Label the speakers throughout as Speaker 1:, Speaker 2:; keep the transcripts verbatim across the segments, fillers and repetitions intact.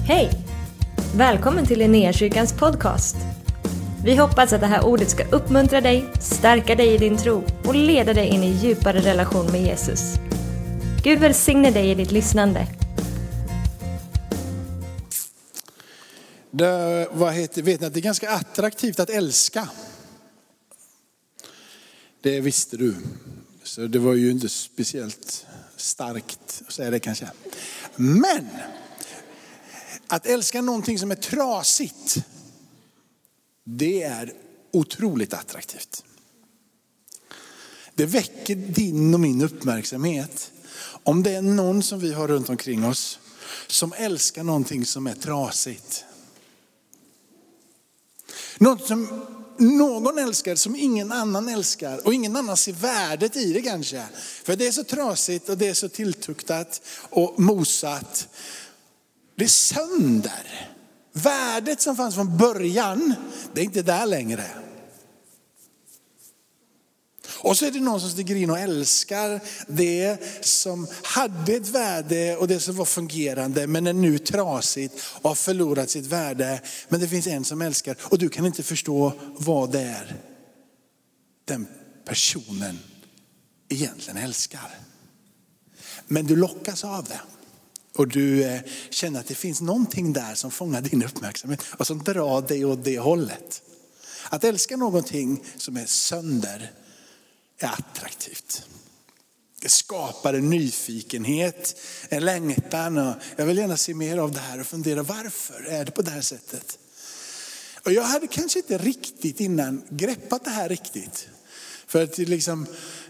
Speaker 1: Hej! Välkommen till Linnéakyrkans podcast. Vi hoppas att det här ordet ska uppmuntra dig, stärka dig i din tro och leda dig in i djupare relation med Jesus. Gud välsigne dig i ditt lyssnande.
Speaker 2: Det, vad heter, vet ni att det är ganska attraktivt att älska? Det visste du. Så det var ju inte speciellt starkt att säga det kanske. Men att älska någonting som är trasigt, det är otroligt attraktivt. Det väcker din och min uppmärksamhet. Om det är någon som vi har runt omkring oss som älskar någonting som är trasigt. Något som någon älskar som ingen annan älskar. Och ingen annan ser värdet i det kanske. För det är så trasigt och det är så tilltuktat och mosat. Det är sönder. Värdet som fanns från början, det är inte där längre. Och så är det någon som stiger in och älskar det som hade ett värde och det som var fungerande men är nu trasigt och har förlorat sitt värde. Men det finns en som älskar och du kan inte förstå vad det är den personen egentligen älskar. Men du lockas av det. Och du känner att det finns någonting där som fångar din uppmärksamhet och som drar dig åt det hållet. Att älska någonting som är sönder är attraktivt. Det skapar en nyfikenhet, en längtan. Och jag vill gärna se mer av det här och fundera varför är det på det här sättet. Och jag hade kanske inte riktigt innan greppat det här riktigt. För att det liksom...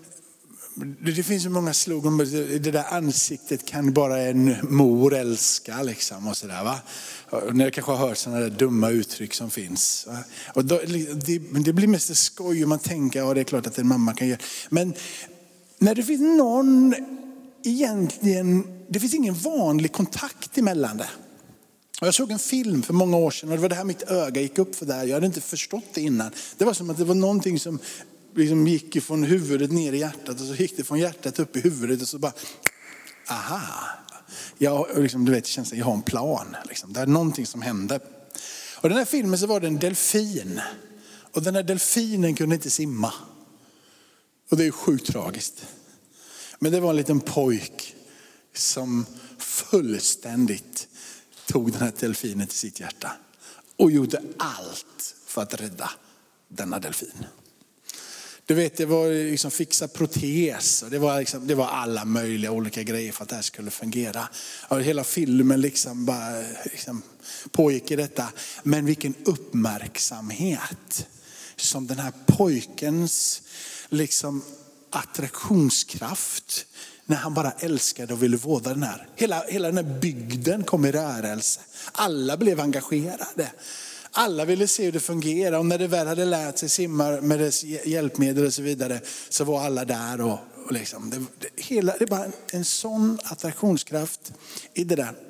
Speaker 2: Det finns ju många slogan, det där ansiktet kan bara en mor älska liksom och sådär va. Och när jag kanske har hört sådana där dumma uttryck som finns. Och då, det, det blir mest skoj och man tänker, ja det är klart att en mamma kan göra. Men när det finns någon egentligen, det finns ingen vanlig kontakt emellan det. Och jag såg en film för många år sedan och det var det här mitt öga gick upp för där. Jag hade inte förstått det innan. Det var som att det var någonting som liksom gick från huvudet ner i hjärtat och så gick det från hjärtat upp i huvudet och så bara, aha. Jag, liksom, du vet, det känns som att jag har en plan. Liksom. Det är någonting som hände. Och den här filmen så var det en delfin. Och den här delfinen kunde inte simma. Och det är ju sjukt tragiskt. Men det var en liten pojk som fullständigt tog den här delfinen till sitt hjärta. Och gjorde allt för att rädda denna delfin. Du vet, det var liksom fixa protes och det var, liksom, det var alla möjliga olika grejer för att det här skulle fungera. Och hela filmen liksom bara liksom pågick i detta. Men vilken uppmärksamhet som den här pojkens liksom attraktionskraft när han bara älskade och ville vårda den här. Hela, hela den här bygden kom i rörelse. Alla blev engagerade. Alla ville se hur det fungerar och när det väl hade lärt sig simma med dess hjälpmedel och så vidare så var alla där och, och liksom, det, det, hela, det är bara en, en sån attraktionskraft i det där.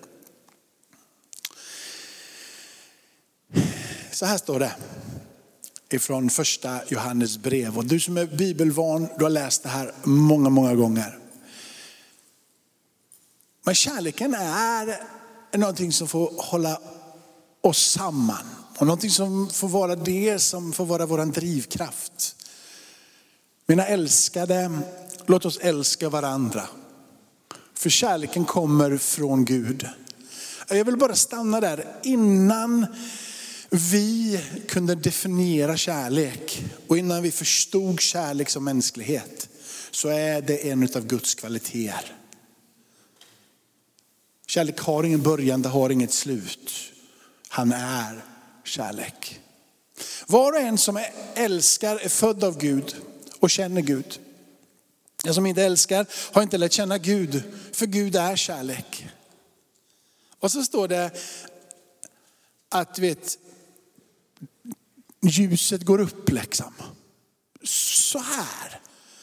Speaker 2: Så här står det ifrån första Johannes brev och du som är bibelvan, du har läst det här många, många gånger. Men kärleken är någonting som får hålla oss samman. Och någonting som får vara det som får vara våran drivkraft. Mina älskade, låt oss älska varandra. För kärleken kommer från Gud. Jag vill bara stanna där. Innan vi kunde definiera kärlek och innan vi förstod kärlek som mänsklighet så är det en av Guds kvaliteter. Kärlek har ingen början, det har inget slut. Han är kärlek. Var och en som älskar är född av Gud och känner Gud. Den som inte älskar har inte lärt känna Gud, för Gud är kärlek. Och så står det att vet, ljuset går upp liksom. Så här.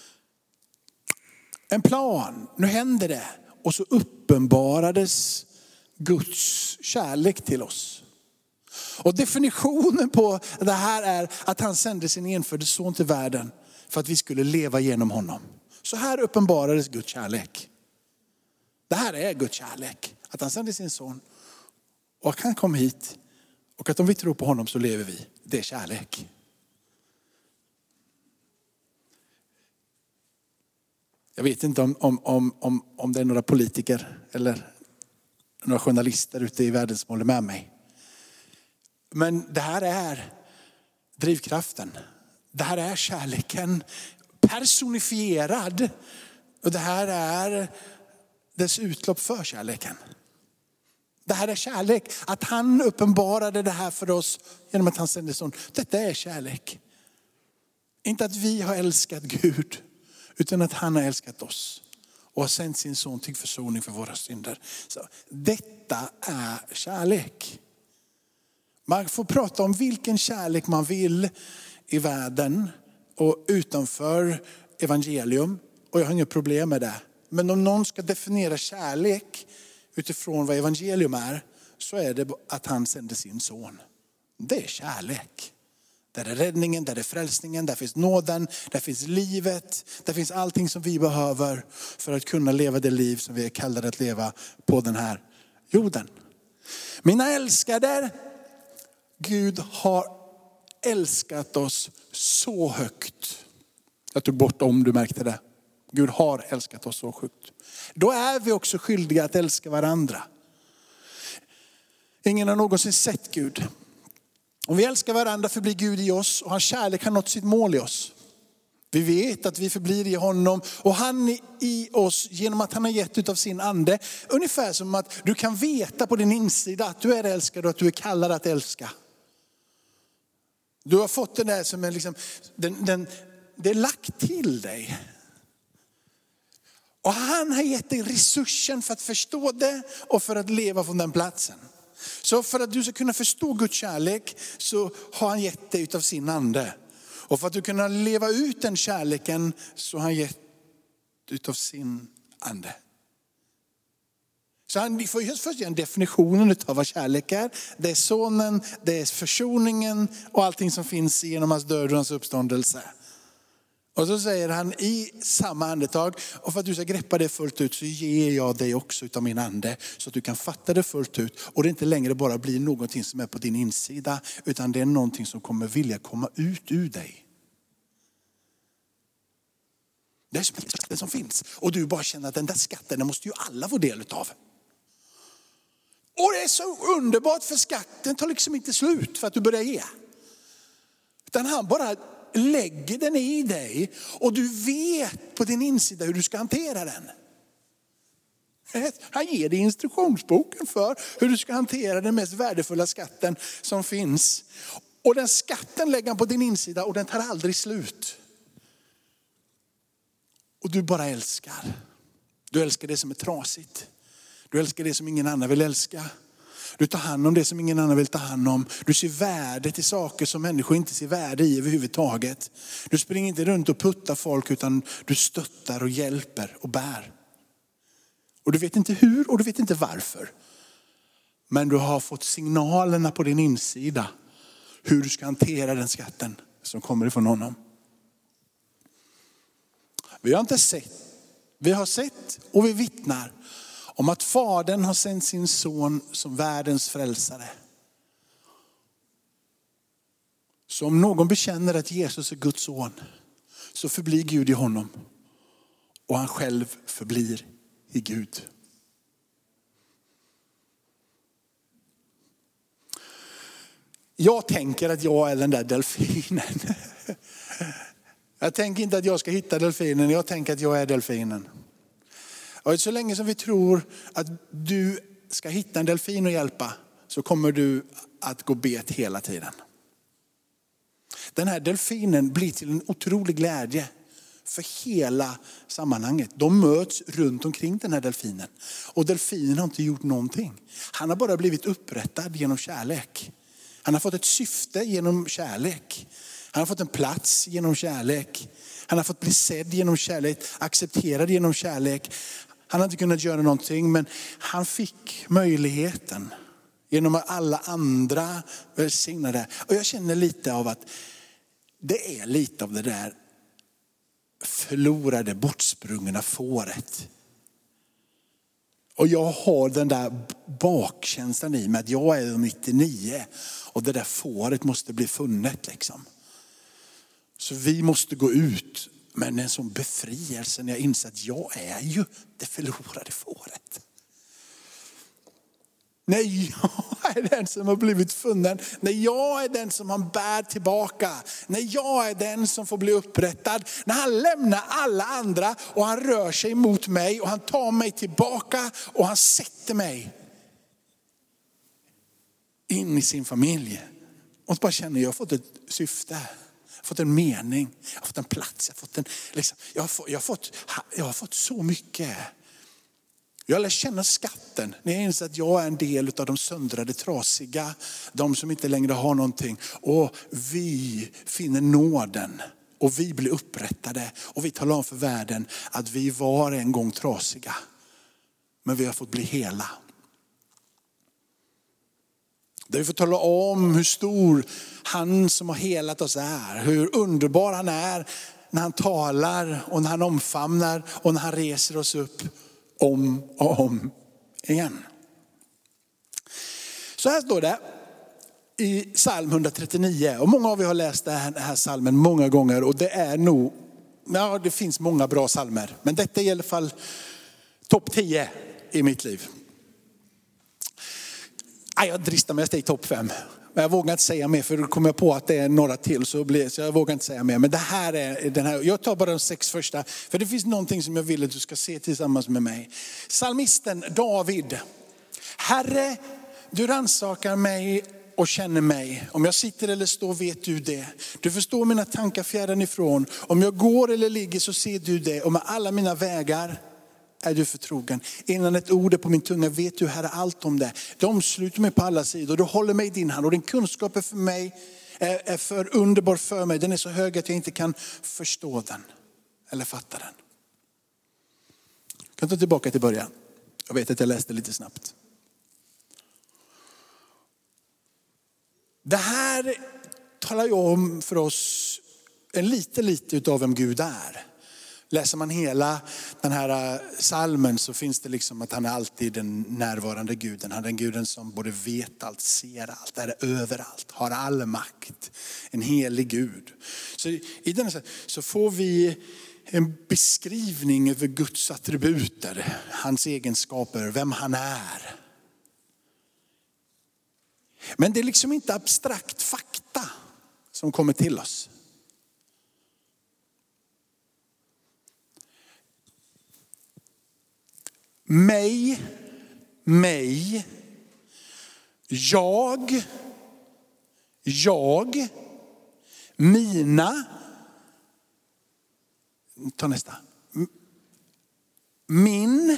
Speaker 2: En plan, nu händer det. Och så uppenbarades Guds kärlek till oss. Och definitionen på det här är att han sände sin enfödde son till världen för att vi skulle leva genom honom. Så här uppenbarades Guds kärlek. Det här är Guds kärlek. Att han sände sin son Och att han kom hit och att om vi tror på honom så lever vi. Det är kärlek. Jag vet inte om, om, om, om, om det är några politiker eller några journalister ute i världen som håller med mig. Men det här är drivkraften. Det här är kärleken personifierad. Och det här är dess utlopp för kärleken. Det här är kärlek. Att han uppenbarade det här för oss genom att han sände son. Detta är kärlek. Inte att vi har älskat Gud, utan att han har älskat oss. Och har sänt sin son till försoning för våra synder. Så detta är kärlek. Man får prata om vilken kärlek man vill i världen och utanför evangelium. Och jag har inget problem med det. Men om någon ska definiera kärlek utifrån vad evangelium är, så är det att han sände sin son. Det är kärlek. Där är räddningen, där är frälsningen, där finns nåden, där finns livet. Där finns allting som vi behöver för att kunna leva det liv som vi är kallade att leva på den här jorden. Mina älskade, Gud har älskat oss så högt. Jag tog bort om du märkte det. Gud har älskat oss så högt. Då är vi också skyldiga att älska varandra. Ingen har någonsin sett Gud. Om vi älskar varandra förblir Gud i oss och hans kärlek har nått sitt mål i oss. Vi vet att vi förblir i honom och han i oss genom att han har gett utav sin ande. Ungefär som att du kan veta på din insida att du är älskad och att du är kallad att älska. Du har fått den där som är liksom, den, den, det är lagt till dig. Och han har gett dig resursen för att förstå det och för att leva från den platsen. Så för att du ska kunna förstå Guds kärlek så har han gett dig utav sin ande. Och för att du ska kunna leva ut den kärleken så har han gett utav sin ande. Så han får just först en definitionen av vad kärlek är. Det är sonen, det är försoningen och allting som finns genom hans död och hans uppståndelse. Och så säger han i samma andetag, och för att du ska greppa det fullt ut så ger jag dig också utav min ande. Så att du kan fatta det fullt ut och det inte längre bara blir någonting som är på din insida. Utan det är någonting som kommer vilja komma ut ur dig. Det är som en skatt som finns. Och du bara känner att den där skatten den måste ju alla få del utav. Och det är så underbart för skatten tar liksom inte slut för att du börjar ge. Utan han bara lägger den i dig och du vet på din insida hur du ska hantera den. Han ger dig instruktionsboken för hur du ska hantera den mest värdefulla skatten som finns. Och den skatten lägger han på din insida och den tar aldrig slut. Och du bara älskar. Du älskar det som är trasigt. Du älskar det som ingen annan vill älska. Du tar hand om det som ingen annan vill ta hand om. Du ser värde till saker som människor inte ser värde i överhuvudtaget. Du springer inte runt och puttar folk utan du stöttar och hjälper och bär. Och du vet inte hur och du vet inte varför. Men du har fått signalerna på din insida hur du ska hantera den skatten som kommer ifrån honom. Vi har inte sett, vi har sett och vi vittnar om att fadern har sänt sin son som världens frälsare. Så om någon bekänner att Jesus är Guds son så förblir Gud i honom. Och han själv förblir i Gud. Jag tänker att jag är den där delfinen. Jag tänker inte att jag ska hitta delfinen, jag tänker att jag är delfinen. Och så länge som vi tror att du ska hitta en delfin och hjälpa så kommer du att gå bet hela tiden. Den här delfinen blir till en otrolig glädje för hela sammanhanget. De möts runt omkring den här delfinen. Och delfinen har inte gjort någonting. Han har bara blivit upprättad genom kärlek. Han har fått ett syfte genom kärlek. Han har fått en plats genom kärlek. Han har fått bli sedd genom kärlek, accepterad genom kärlek. Han har inte kunnat göra någonting men han fick möjligheten genom att alla andra välsignade. Och jag känner lite av att det är lite av det där förlorade, bortsprungna fåret. Och jag har den där bakkänslan i mig att jag är nittionio och det där fåret måste bli funnet liksom. Så vi måste gå ut med en sån befrielse när jag inser att jag är ju det förlorade fåret. När jag är den som har blivit funnen. När jag är den som han bär tillbaka. När jag är den som får bli upprättad. När han lämnar alla andra och han rör sig mot mig och han tar mig tillbaka och han sätter mig in i sin familj. Och bara känner jag har fått ett syfte. Jag har fått en mening. Jag har fått en plats. Jag har fått, en, liksom, jag har fått, jag har fått, jag har fått så mycket. Jag lär känna skatten när jag inser att jag är en del av de söndrade, trasiga. De som inte längre har någonting. Och vi finner nåden. Och vi blir upprättade. Och vi talar om för världen att vi var en gång trasiga. Men vi har fått bli hela. Där vi får tala om hur stor han som har helat oss är. Hur underbar han är när han talar och när han omfamnar och när han reser oss upp. Om och om igen. Så här står det i psalm hundratrettionio. Och många av er har läst den här, här psalmen många gånger. Och det är nog, ja det finns många bra psalmer. Men detta är i alla fall topp tio i mitt liv. Ah, jag dristar mig att i topp fem. Men jag vågar inte säga mer för då kommer jag på att det är några till så, blir, så jag vågar inte säga mer. Men det här är den här, jag tar bara de sex första. För det finns någonting som jag vill att du ska se tillsammans med mig. Psalmisten David. Herre, du rannsakar mig och känner mig. Om jag sitter eller står vet du det. Du förstår mina tankar fjärran ifrån. Om jag går eller ligger så ser du det. Och med alla mina vägar är du förtrogen. Innan ett ord är på min tunga vet du Herre allt om det. Du omsluter mig på alla sidor. Du håller mig i din hand. Och din kunskap är för mig är, är för underbar för mig. Den är så hög att jag inte kan förstå den. Eller fatta den. Jag kan ta tillbaka till början. Jag vet att jag läste lite snabbt. Det här talar ju om för oss en lite lite utav vem Gud är. Läser man hela den här psalmen så finns det liksom att han är alltid den närvarande guden. Han är den guden som både vet allt, ser allt, är överallt, har all makt. En helig Gud. Så i den här så får vi en beskrivning över Guds attributer, hans egenskaper, vem han är. Men det är liksom inte abstrakt fakta som kommer till oss. Mig, mig, jag, jag, mina, ta nästa, min,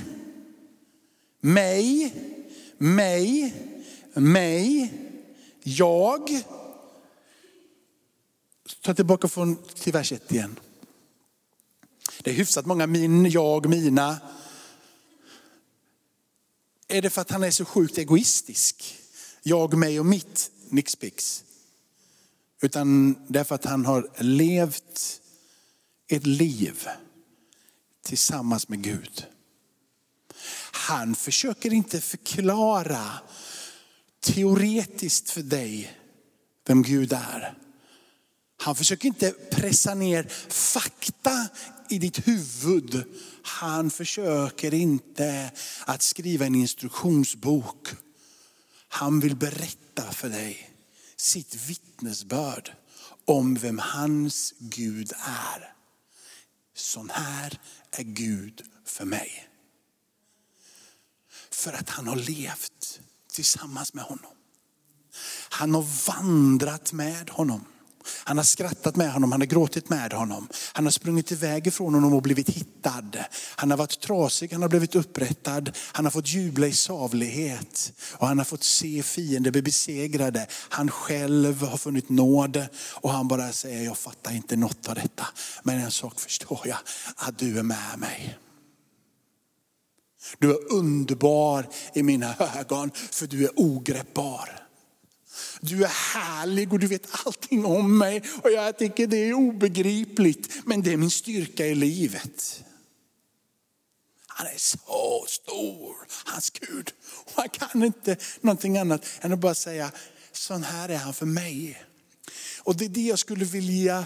Speaker 2: mig, mig, mig, jag. Ta tillbaka från till vers ett igen. Det är hyfsat många min, jag, mina. Är det för att han är så sjukt egoistisk? Jag, mig och mitt, nixpix. Utan därför att han har levt ett liv tillsammans med Gud. Han försöker inte förklara teoretiskt för dig vem Gud är. Han försöker inte pressa ner fakta i ditt huvud. Han försöker inte att skriva en instruktionsbok. Han vill berätta för dig sitt vittnesbörd om vem hans Gud är. Sån här är Gud för mig. För att han har levt tillsammans med honom. Han har vandrat med honom. Han har skrattat med honom, han har gråtit med honom. Han har sprungit iväg ifrån honom och blivit hittad. Han har varit trasig, han har blivit upprättad. Han har fått jubla i savlighet. Och han har fått se fiender bli besegrade. Han själv har funnit nåd. Och han bara säger, jag fattar inte något av detta. Men en sak förstår jag, att du är med mig. Du är underbar i mina ögon, för du är ogreppbar. Du är härlig och du vet allting om mig. Och jag tycker det är obegripligt. Men det är min styrka i livet. Han är så stor, hans Gud. Och han kan inte någonting annat än att bara säga, sån här är han för mig. Och det är det jag skulle vilja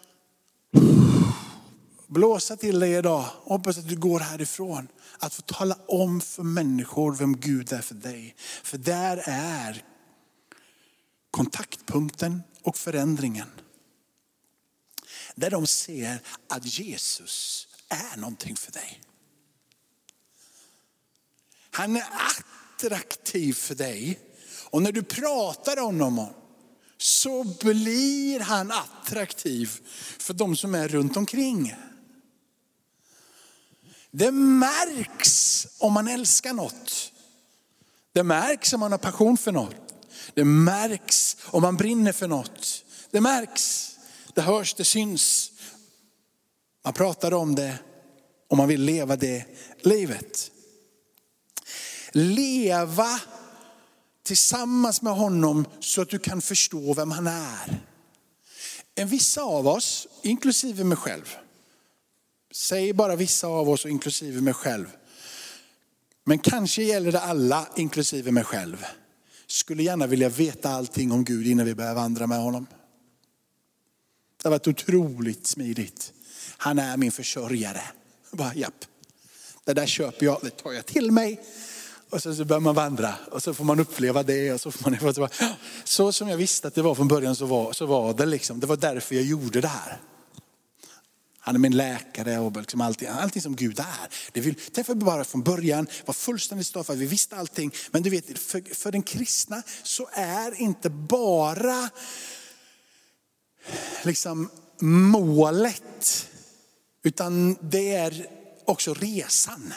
Speaker 2: blåsa till dig idag. Hoppas att du går härifrån. Att få tala om för människor vem Gud är för dig. För där är kontaktpunkten och förändringen. Där de ser att Jesus är någonting för dig. Han är attraktiv för dig. Och när du pratar om honom så blir han attraktiv för de som är runt omkring. Det märks om man älskar något. Det märks om man har passion för något. Det märks om man brinner för något. Det märks, det hörs, det syns. Man pratar om det och man vill leva det livet. Leva tillsammans med honom så att du kan förstå vem han är. En vissa av oss, inklusive mig själv. Säg bara vissa av oss och inklusive mig själv. Men kanske gäller det alla, inklusive mig själv. Skulle gärna vilja veta allting om Gud innan vi börjar vandra med honom. Det har varit otroligt smidigt. Han är min försörjare. Bara, japp. Det där köper jag, det tar jag till mig. Och så, så börjar man vandra. Och så får man uppleva det. Och så, får man, så, bara, så som jag visste att det var från början så var, så var det liksom. Det var därför jag gjorde det här. Han är min läkare och liksom allting, allting som Gud är. Det vill, därför bara från början var fullständigt stopp för att vi visste allting. Men du vet, för, för den kristna så är inte bara liksom målet. Utan det är också resan.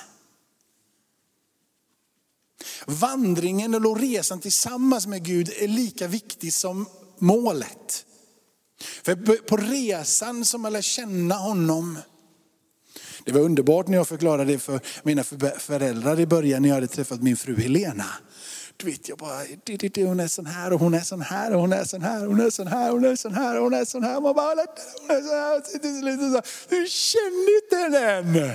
Speaker 2: Vandringen eller resan tillsammans med Gud är lika viktig som målet. För på resan som man lär känna honom. Det var underbart när jag förklarade det för mina föräldrar i början när jag hade träffat min fru Helena. Du vet jag bara, hon är sån här och hon är sån här och hon är sån här och hon är sån här och hon är sån här och hon är sån här. Man bara, hon är sån här. Du känner inte den.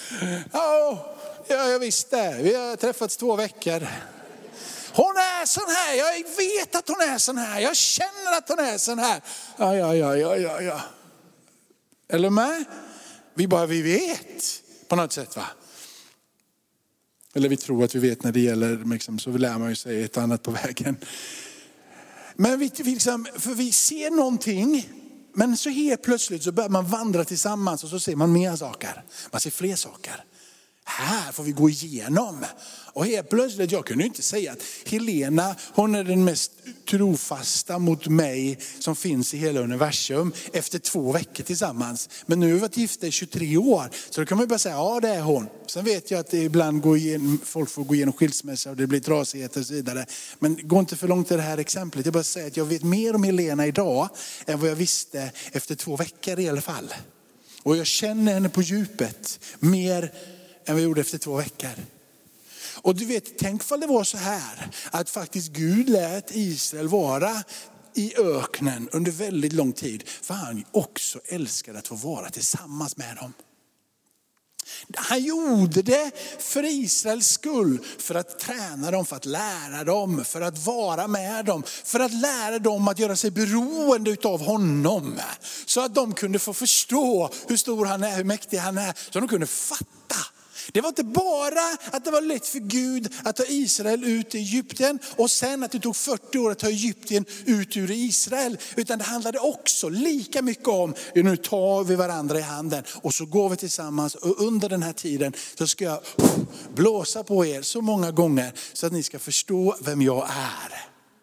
Speaker 2: Ja, jag visste. Vi har träffats två veckor. Hon är sån här, jag vet att hon är sån här. Jag känner att hon är sån här. Ja, ja, ja, ja, ja, ja. Eller med? Vi bara, vi vet på något sätt va? Eller vi tror att vi vet när det gäller, liksom, så lär man ju sig ett annat på vägen. Men vi, liksom, för vi ser någonting, men så helt plötsligt så börjar man vandra tillsammans och så ser man mer saker. Man ser fler saker. Här får vi gå igenom. Och helt plötsligt, jag kunde inte säga att Helena, hon är den mest trofasta mot mig som finns i hela universum efter två veckor tillsammans. Men nu har vi varit gifta i tjugotre år. Så då kan man bara säga, ja det är hon. Sen vet jag att det ibland går igenom, folk får gå igenom skilsmässa och det blir trasigheter och så vidare. Men gå inte för långt i det här exemplet. Jag bara säger att jag vet mer om Helena idag än vad jag visste efter två veckor i alla fall. Och jag känner henne på djupet mer än vi gjorde efter två veckor. Och du vet, tänk om det var så här att faktiskt Gud lät Israel vara i öknen under väldigt lång tid. För han också älskade att få vara tillsammans med dem. Han gjorde det för Israels skull, för att träna dem, för att lära dem, för att vara med dem, för att lära dem att göra sig beroende av honom. Så att de kunde få förstå hur stor han är, hur mäktig han är, så de kunde fatta. Det var inte bara att det var lätt för Gud att ta Israel ut i Egypten och sen att det tog fyrtio år att ta Egypten ut ur Israel. Utan det handlade också lika mycket om, nu tar vi varandra i handen och så går vi tillsammans. Och under den här tiden så ska jag blåsa på er så många gånger så att ni ska förstå vem jag är.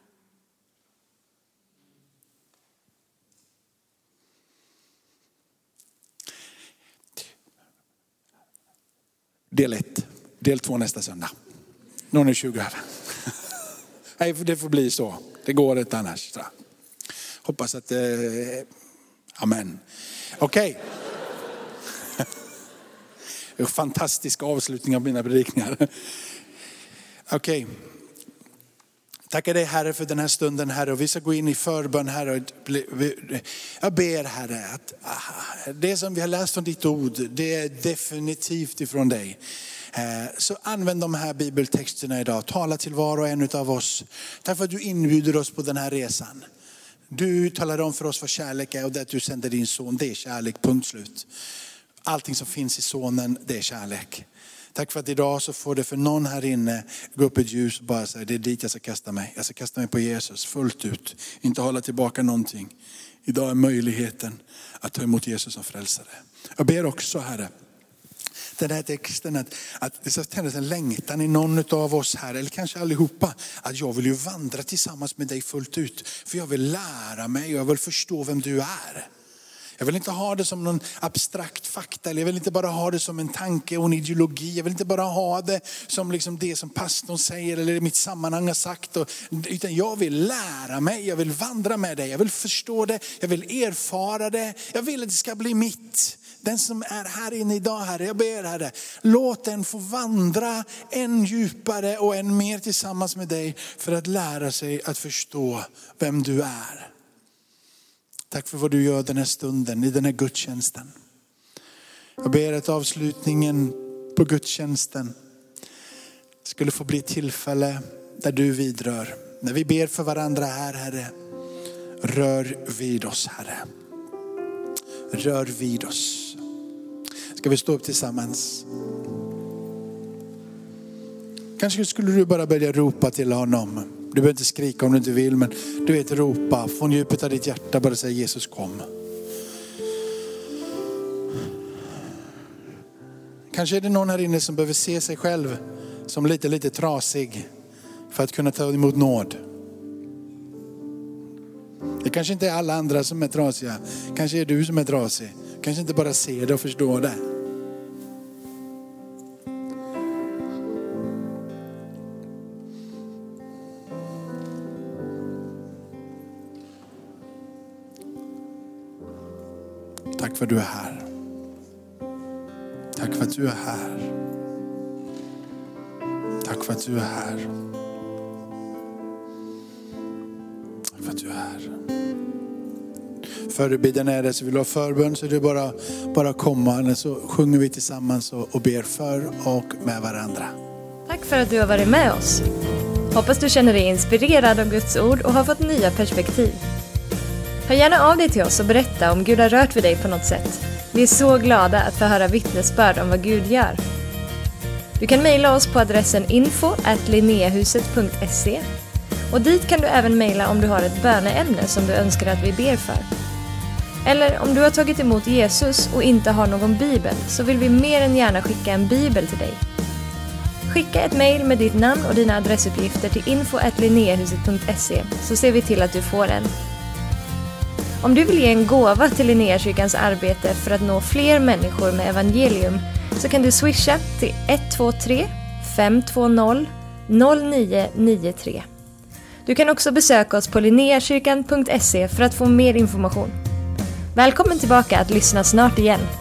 Speaker 2: Del ett. Del två nästa söndag. Någon är tjugo här. Nej, det får bli så. Det går inte annars. Hoppas att... Eh, amen. Okej. Okay. Fantastisk avslutning av mina predikningar. Okej. Okay. Tackar dig Herre för den här stunden Herre. Och vi ska gå in i förbön Herre. Jag ber Herre att det som vi har läst från ditt ord, det är definitivt ifrån dig. Så använd de här bibeltexterna idag. Tala till var och en av oss. Tack för att du inbjuder oss på den här resan. Du talar om för oss vad kärlek är och det att du sänder din son, det är kärlek, punkt slut. Allting som finns i sonen, det är kärlek. Tack för att idag så får det för någon här inne gå upp ett ljus och bara säga, det är dit jag ska kasta mig. Jag ska kasta mig på Jesus fullt ut, inte hålla tillbaka någonting. Idag är möjligheten att ta emot Jesus som frälsare. Jag ber också, Herre, den här texten att, att det ska tändas en längtan i någon av oss här, eller kanske allihopa, att jag vill ju vandra tillsammans med dig fullt ut. För jag vill lära mig och jag vill förstå vem du är. Jag vill inte ha det som någon abstrakt fakta, eller jag vill inte bara ha det som en tanke och en ideologi. Jag vill inte bara ha det som liksom det som pastorn säger eller i mitt sammanhang har sagt. Och, utan jag vill lära mig, jag vill vandra med dig, jag vill förstå det, jag vill erfara det. Jag vill att det ska bli mitt. Den som är här inne idag, Herre, jag ber, Herre, låt den få vandra än djupare och än mer tillsammans med dig för att lära sig att förstå vem du är. Tack för vad du gör den här stunden, i den här gudstjänsten. Jag ber att avslutningen på gudstjänsten skulle få bli ett tillfälle där du vidrör. När vi ber för varandra här, Herre, rör vid oss, Herre. Rör vid oss. Ska vi stå upp tillsammans? Kanske skulle du bara börja ropa till honom. Du behöver inte skrika om du inte vill, men du vet, ropa från djupet av ditt hjärta, bara säga Jesus kom. Kanske är det någon här inne som behöver se sig själv som lite lite trasig för att kunna ta emot nåd. Det kanske inte är alla andra som är trasiga. Kanske är du som är trasig. Kanske inte bara ser det och förstår det. Tack för att du är här. Tack för att du är här. Tack för att du är här. Tack för att du är här. Förebedjan är det, så vill du ha förbön så är det bara, bara komma. Så sjunger vi tillsammans och, och ber för och med varandra.
Speaker 1: Tack för att du har varit med oss. Hoppas du känner dig inspirerad av Guds ord och har fått nya perspektiv. Hör gärna av dig till oss och berätta om Gud har rört vid dig på något sätt. Vi är så glada att få höra vittnesbörd om vad Gud gör. Du kan mejla oss på adressen info at linneahuset punkt se. Och dit kan du även mejla om du har ett böneämne som du önskar att vi ber för. Eller om du har tagit emot Jesus och inte har någon bibel, så vill vi mer än gärna skicka en bibel till dig. Skicka ett mejl med ditt namn och dina adressuppgifter till info at linneahuset punkt se, så ser vi till att du får en. Om du vill ge en gåva till Linneakyrkans arbete för att nå fler människor med evangelium, så kan du swisha till ett två tre fem två noll noll nio nio tre. Du kan också besöka oss på linneakyrkan punkt se för att få mer information. Välkommen tillbaka att lyssna snart igen.